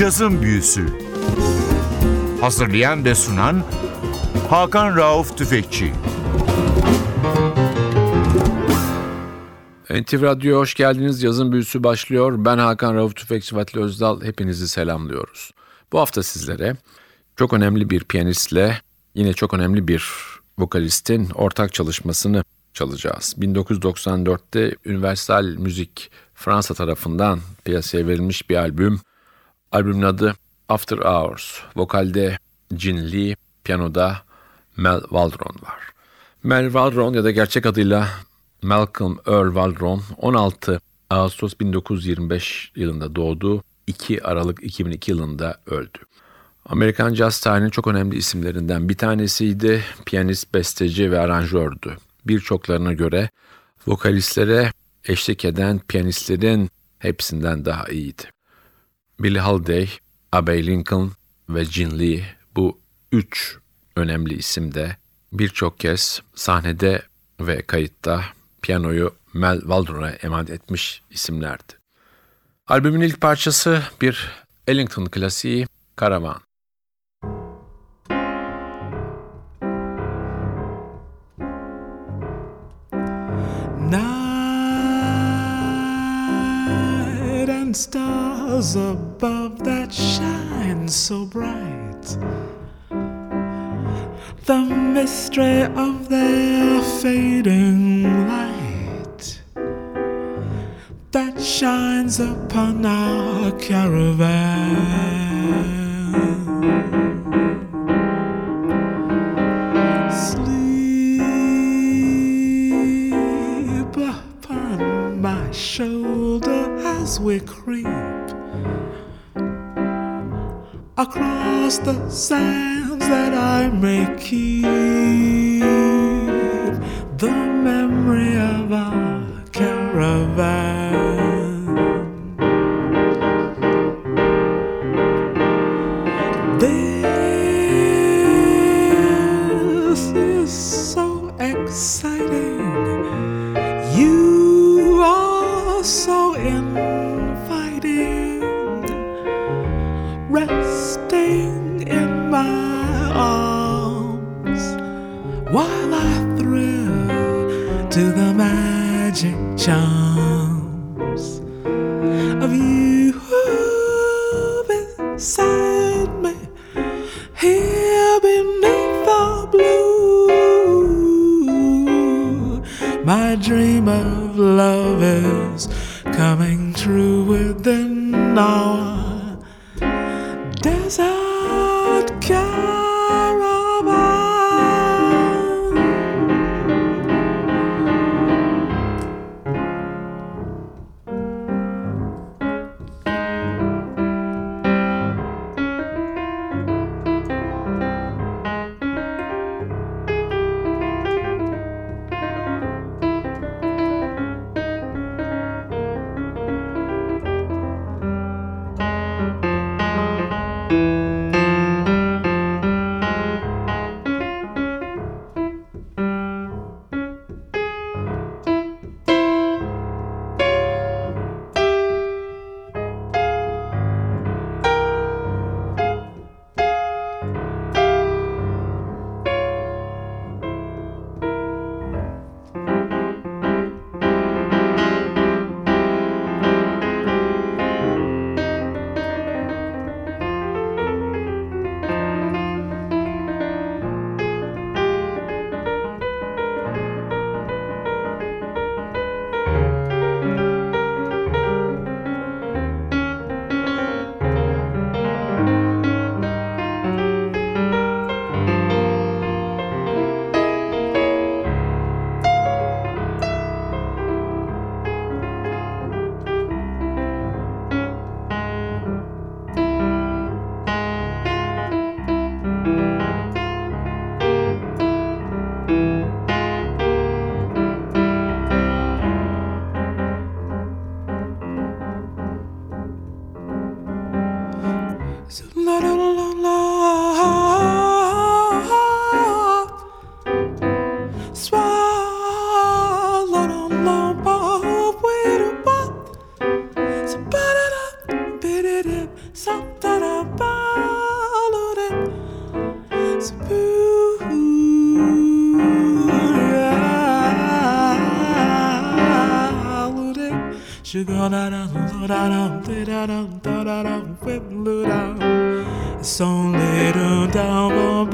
Cazın Büyüsü. Hazırlayan ve sunan Hakan Rauf Tüfekçi. NTV Radyo'ya hoş geldiniz. Yazın Büyüsü başlıyor. Ben Hakan Rauf Tüfekçi, Vatli Özdal. Hepinizi selamlıyoruz. Bu hafta sizlere çok önemli bir piyanistle yine çok önemli bir vokalistin ortak çalışmasını çalacağız. 1994'te Universal Müzik Fransa tarafından piyasaya verilmiş bir albüm. Albümün adı After Hours. Vokalde Gin Lee, piyanoda Mel Waldron var. Mel Waldron ya da gerçek adıyla Malcolm Earl Waldron 16 Ağustos 1925 yılında doğdu. 2 Aralık 2002 yılında öldü. Amerikan caz tarihinin çok önemli isimlerinden bir tanesiydi. Piyanist, besteci ve aranjördü. Birçoklarına göre vokalistlere eşlik eden piyanistlerin hepsinden daha iyiydi. Billie Holiday, Abbey Lincoln ve Gin Lee, bu 3 önemli isim de birçok kez sahnede ve kayıtta piyanoyu Mel Waldron'a emanet etmiş isimlerdi. Albümün ilk parçası bir Ellington klasiği, Karavan. Night and stars above that shine so bright, the mystery of their fading light that shines upon our caravan. Sleep upon my shoulder as we creep across the sands that I may keep the memory of our caravan. This is so exciting. You are so inviting, resting in my arms while I thrill to the magic charms of you beside me here beneath the blue. My dream of love is coming true within our desert caravan. It's only down,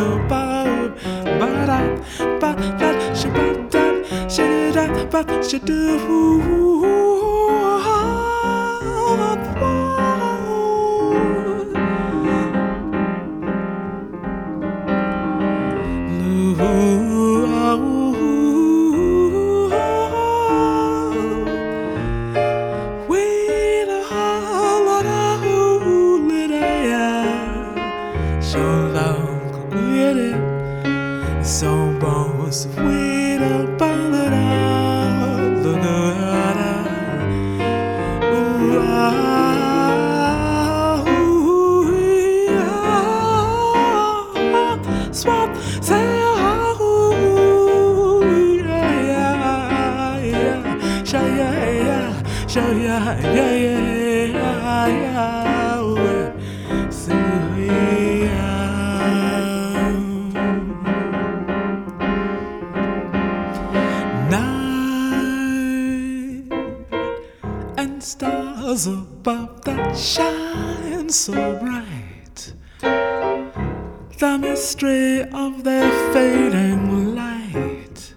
Stars above that shine so bright, the mystery of their fading light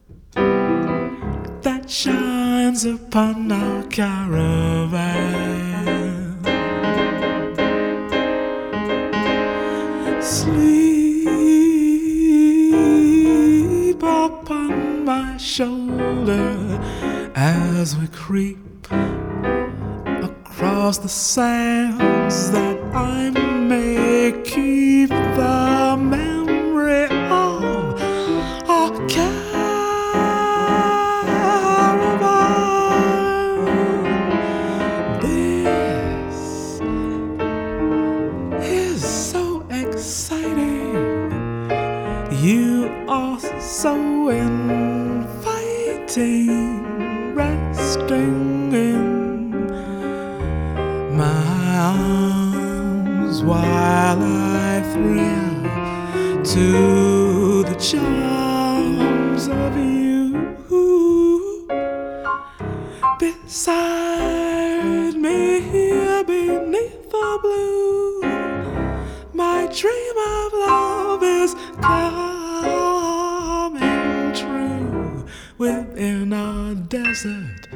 that shines upon our caravan. Sleep upon my shoulder as we creep across the sands, that I may keep the memory of our caravan. This is so exciting. You are so inviting, resting in my arms while I thrill to the charms of you. Beside me here beneath the blue, my dream of love is coming true within our desert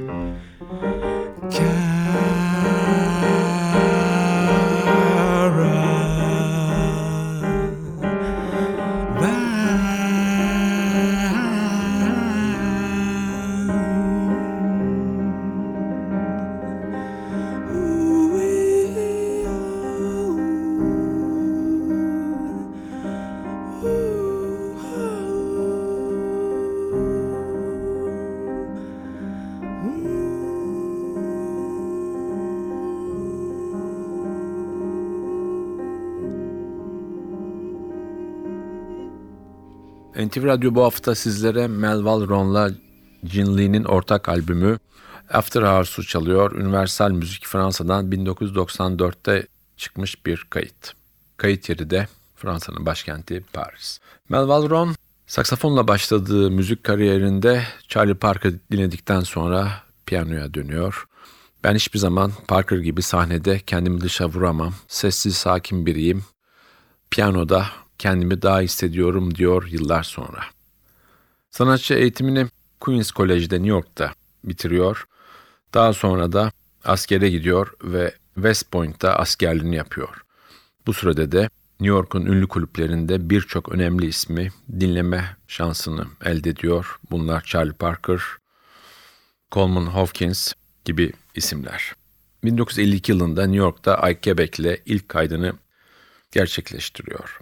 NTV Radyo bu hafta sizlere Melval Ron'la Gin Lee'nin ortak albümü After Hours'u çalıyor. Universal Müzik Fransa'dan 1994'te çıkmış bir kayıt. Kayıt yeri de Fransa'nın başkenti Paris. Melval Ron, saksafonla başladığı müzik kariyerinde Charlie Parker dinledikten sonra piyanoya dönüyor. Ben hiçbir zaman Parker gibi sahnede kendimi dışa vuramam. Sessiz, sakin biriyim. Piyanoda kendimi daha hissediyorum diyor yıllar sonra. Sanatçı eğitimini Queens College'de New York'ta bitiriyor. Daha sonra da askere gidiyor ve West Point'ta askerliğini yapıyor. Bu sürede de New York'un ünlü kulüplerinde birçok önemli ismi dinleme şansını elde ediyor. Bunlar Charlie Parker, Coleman Hawkins gibi isimler. 1952 yılında New York'ta Ike Quebec'le ilk kaydını gerçekleştiriyor.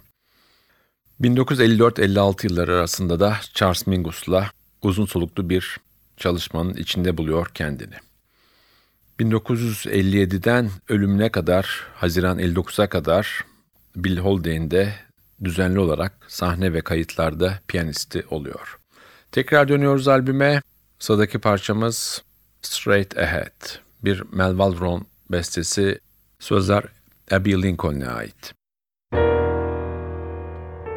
1954-56 yılları arasında da Charles Mingus'la uzun soluklu bir çalışmanın içinde buluyor kendini. 1957'den ölümüne kadar, Haziran 59'a kadar Bill Holiday'in de düzenli olarak sahne ve kayıtlarda piyanisti oluyor. Tekrar dönüyoruz albüme. Sıradaki parçamız Straight Ahead. Bir Melval Ron bestesi, sözler Abbey Lincoln'a ait.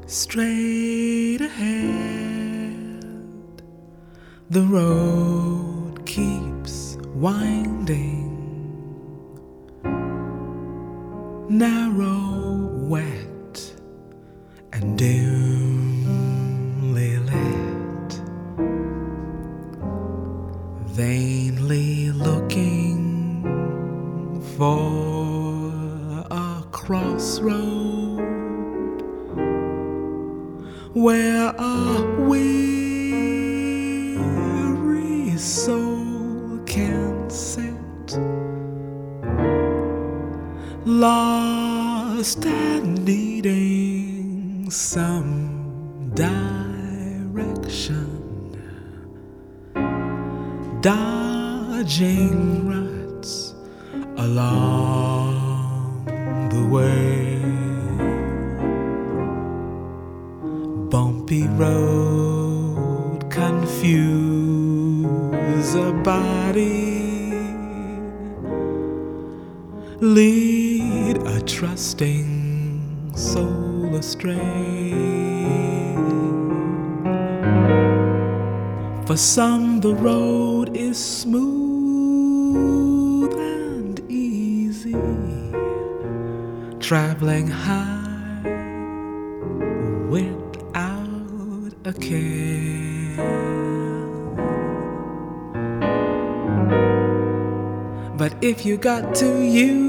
straight ahead. The road keeps winding, narrow, wet, and dimly lit. Vainly looking for a crossroad where a weary soul can sit, lost and needing some direction, dodging ruts along the way. Bumpy road, confuse a body, lead a trusting soul astray. For some the road is smooth and easy, traveling high without a care. But if you got to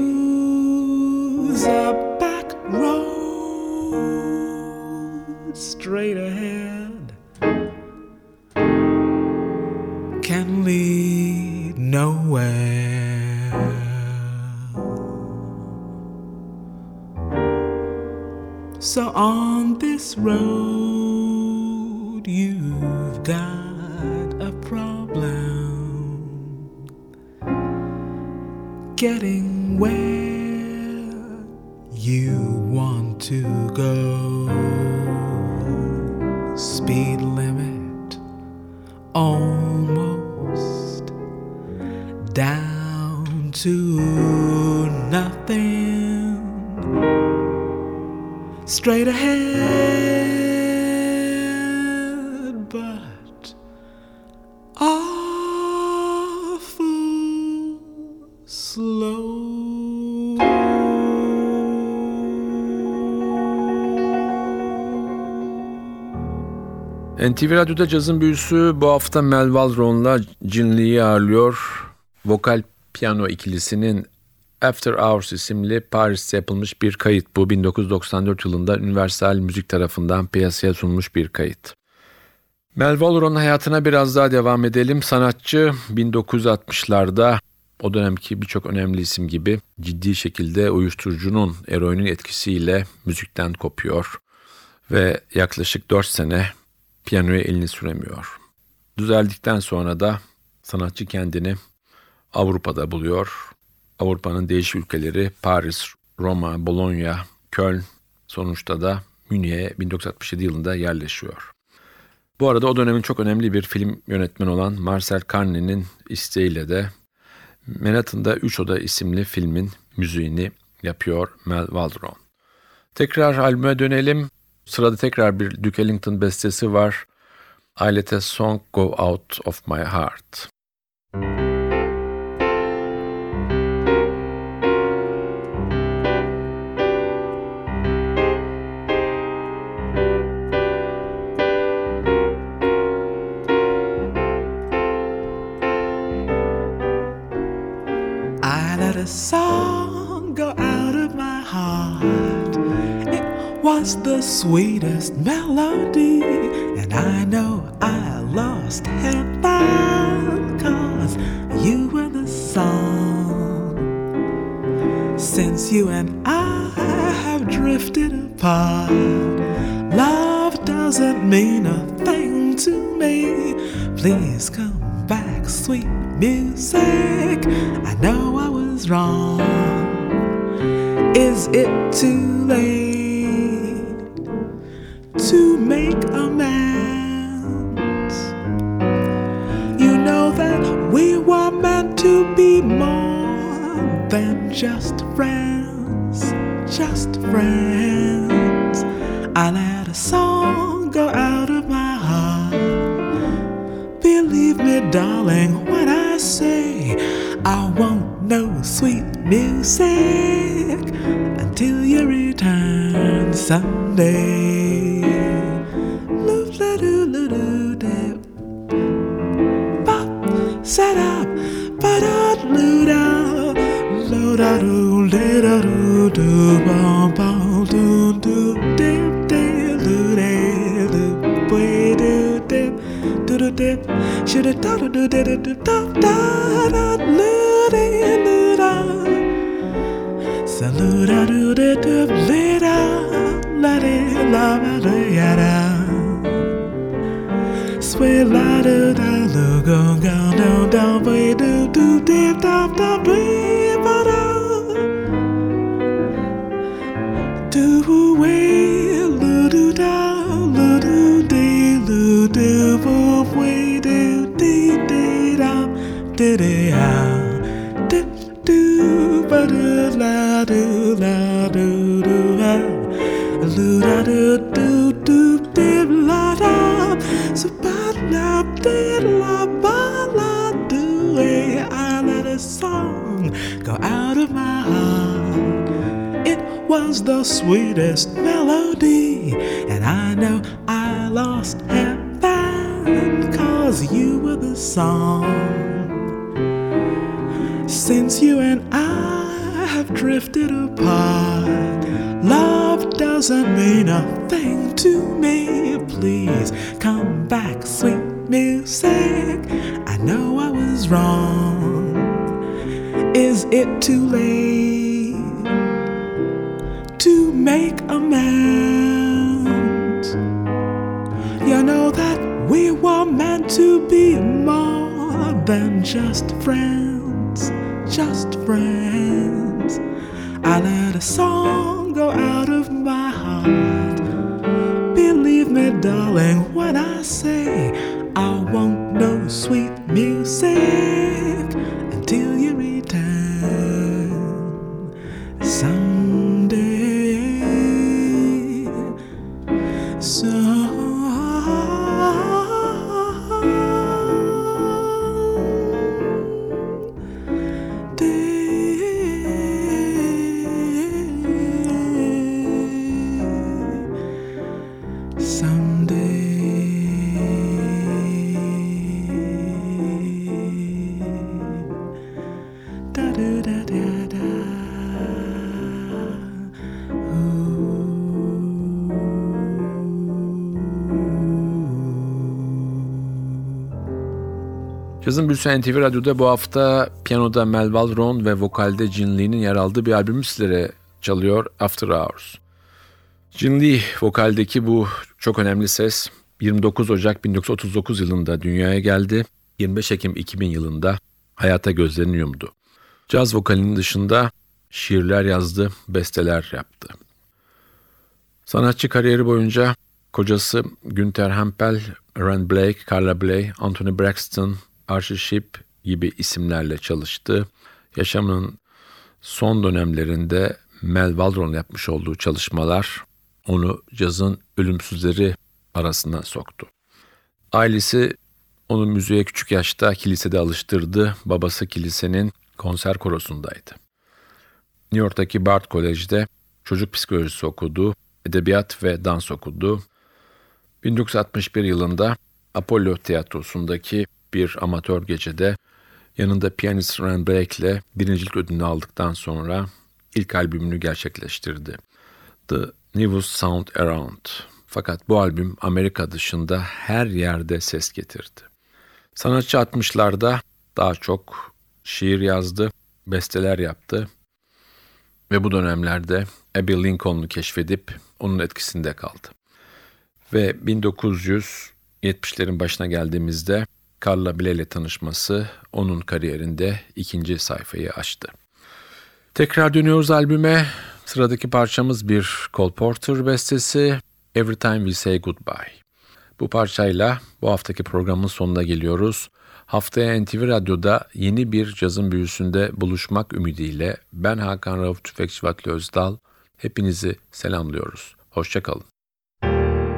use a back road straight ahead, can lead nowhere. So on this road you've got a problem getting where you want to go. Speed limit almost down to nothing, straight ahead, but awful slow. NTV Radyo'da cazın büyüsü bu hafta Mel Waldron'la Gin Lee'yi ağırlıyor. Vokal piyano ikilisinin After Hours isimli Paris'te yapılmış bir kayıt bu. 1994 yılında Universal Müzik tarafından piyasaya sunulmuş bir kayıt. Mel Waldron'un hayatına biraz daha devam edelim. Sanatçı 1960'larda o dönemki birçok önemli isim gibi ciddi şekilde uyuşturucunun, eroinin etkisiyle müzikten kopuyor ve yaklaşık 4 sene piyanoya elini süremiyor. Düzeldikten sonra da sanatçı kendini Avrupa'da buluyor. Avrupa'nın değişik ülkeleri Paris, Roma, Bologna, Köln, sonuçta da Münih'e 1967 yılında yerleşiyor. Bu arada o dönemin çok önemli bir film yönetmeni olan Marcel Carné'nin isteğiyle de Manhattan'da 3 Oda isimli filmin müziğini yapıyor Mel Waldron. Tekrar albüme dönelim. Sırada tekrar bir Duke Ellington bestesi var. I Let a Song Go Out of My Heart. I let a song go out of my heart. It was the sweetest melody, and I know I lost heaven, 'cause you were the song. Since you and I have drifted apart, love doesn't mean a thing to me. Please come back, sweet music. I know I was wrong. Is it too late to make amends? You know that we were meant to be more than just friends, just friends. I let a song go out of my heart. Believe me, darling, when I say I won't know sweet music until you return someday. Loo-la-doo-la-doo-doo. Bop, set up, ba-da-doo-da, lo-da-doo-da-doo-doo, bum-bum-doo-doo-doo-doo-doo-doo-doo-doo-doo-doo-doo. Dip, shoulda da da da da da da da da da. Saluda do da da da la da la da ya da. Sway la da da lo go go down down way do do dip da da ba da. Do way lo do da lo do de lo do way do de de da de de ha de do ba do la do la do do ha lo da do do do de la da so ba la de la ba la do I let a song go out of my heart. It was the sweetest melody, and I know I lost heaven 'cause you were the song. Since you and I have drifted apart, love doesn't mean a thing to me. Please come back, sweet music. I know I was wrong. Is it too late to make amends? You know that we were meant to be more than just friends, just friends. I let a song go out of my heart. Believe me, darling, when I say I won't know sweet music until you return someday. Cazın Büyüsü NTV Radyo'da bu hafta piyanoda Melval Wrone ve vokalde Gin Lee'nin yer aldığı bir albümü sizlere çalıyor, After Hours. Gin Lee vokaldeki bu çok önemli ses 29 Ocak 1939 yılında dünyaya geldi. 25 Ekim 2000 yılında hayata gözlerini yumdu. Caz vokalinin dışında şiirler yazdı, besteler yaptı. Sanatçı kariyeri boyunca kocası Günther Hampel, Ren Blake, Carla Bley, Anthony Braxton, Archie Shepp gibi isimlerle çalıştı. Yaşamının son dönemlerinde Melval Wrone'la yapmış olduğu çalışmalar onu cazın ölümsüzleri arasına soktu. Ailesi onu müziğe küçük yaşta kilisede alıştırdı. Babası kilisenin konser korosundaydı. New York'taki Bard College'de çocuk psikolojisi okudu, edebiyat ve dans okudu. 1961 yılında Apollo Tiyatrosu'ndaki bir amatör gecede yanında piyanist Ren Blake ile birincilik ödülünü aldıktan sonra ilk albümünü gerçekleştirdi. The Newest Sound Around. Fakat bu albüm Amerika dışında her yerde ses getirdi. Sanatçı 60'larda daha çok şiir yazdı, besteler yaptı ve bu dönemlerde Abbey Lincoln'u keşfedip onun etkisinde kaldı. Ve 1970'lerin başına geldiğimizde Carla Bley ile tanışması onun kariyerinde ikinci sayfayı açtı. Tekrar dönüyoruz albüme. Sıradaki parçamız bir Cole Porter bestesi, Every Time We Say Goodbye. Bu parçayla bu haftaki programın sonuna geliyoruz. Haftaya NTV Radyo'da yeni bir cazın büyüsünde buluşmak ümidiyle ben Hakan Rauf Tüfekçi Vatli Özdal. Hepinizi selamlıyoruz. Hoşça kalın.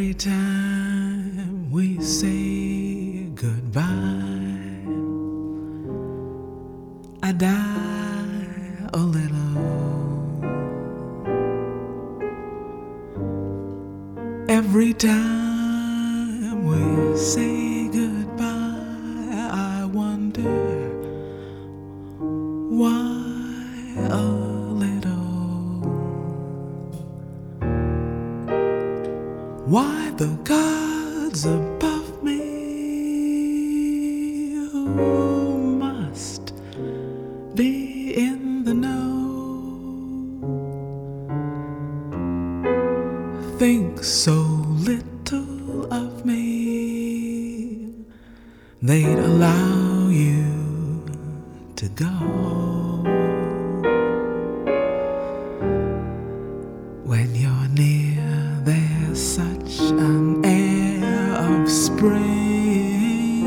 Every time we say goodbye, I die a little. Every time we say goodbye, I wonder why a little. Why the gods above me, who must be in the know, think so little of me, they'd allow you to go. When you're near, there's such an air of spring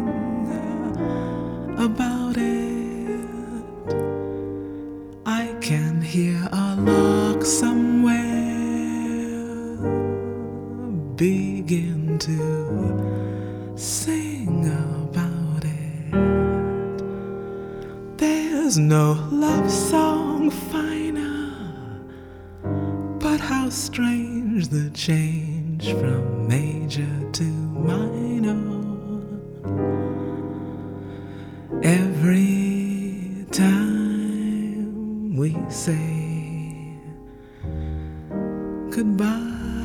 about it. I can hear a lark somewhere begin to sing about it. There's no love song finer, but how strange the change from major to minor. Every time we say goodbye.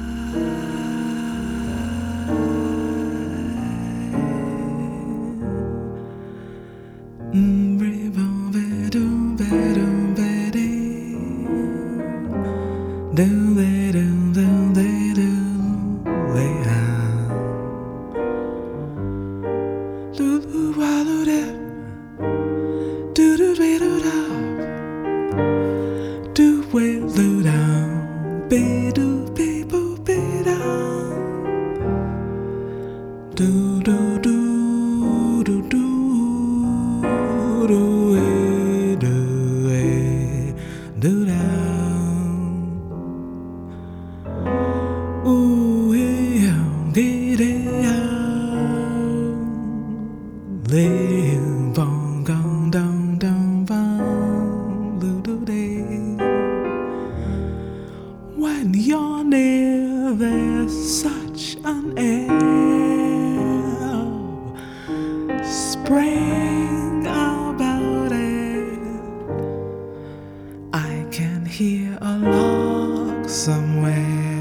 When you're near, there's such an air of spring about it. I can hear a lark somewhere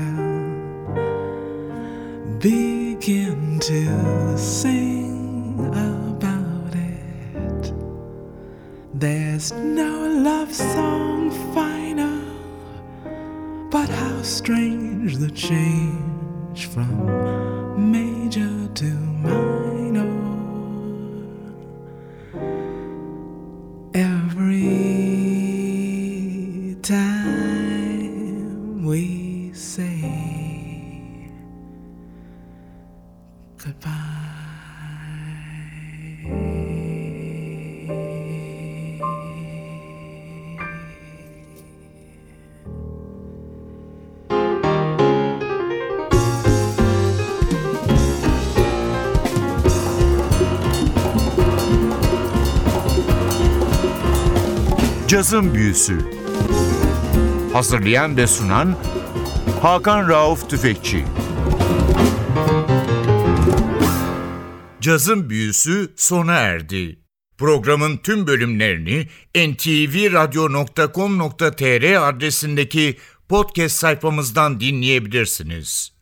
begin to sing about it. There's no love song finer, but how strange the change from major to minor. Every time we say goodbye. Cazın Büyüsü. Hazırlayan ve sunan Hakan Rauf Tüfekçi. Cazın Büyüsü sona erdi. Programın tüm bölümlerini ntvradio.com.tr adresindeki podcast sayfamızdan dinleyebilirsiniz.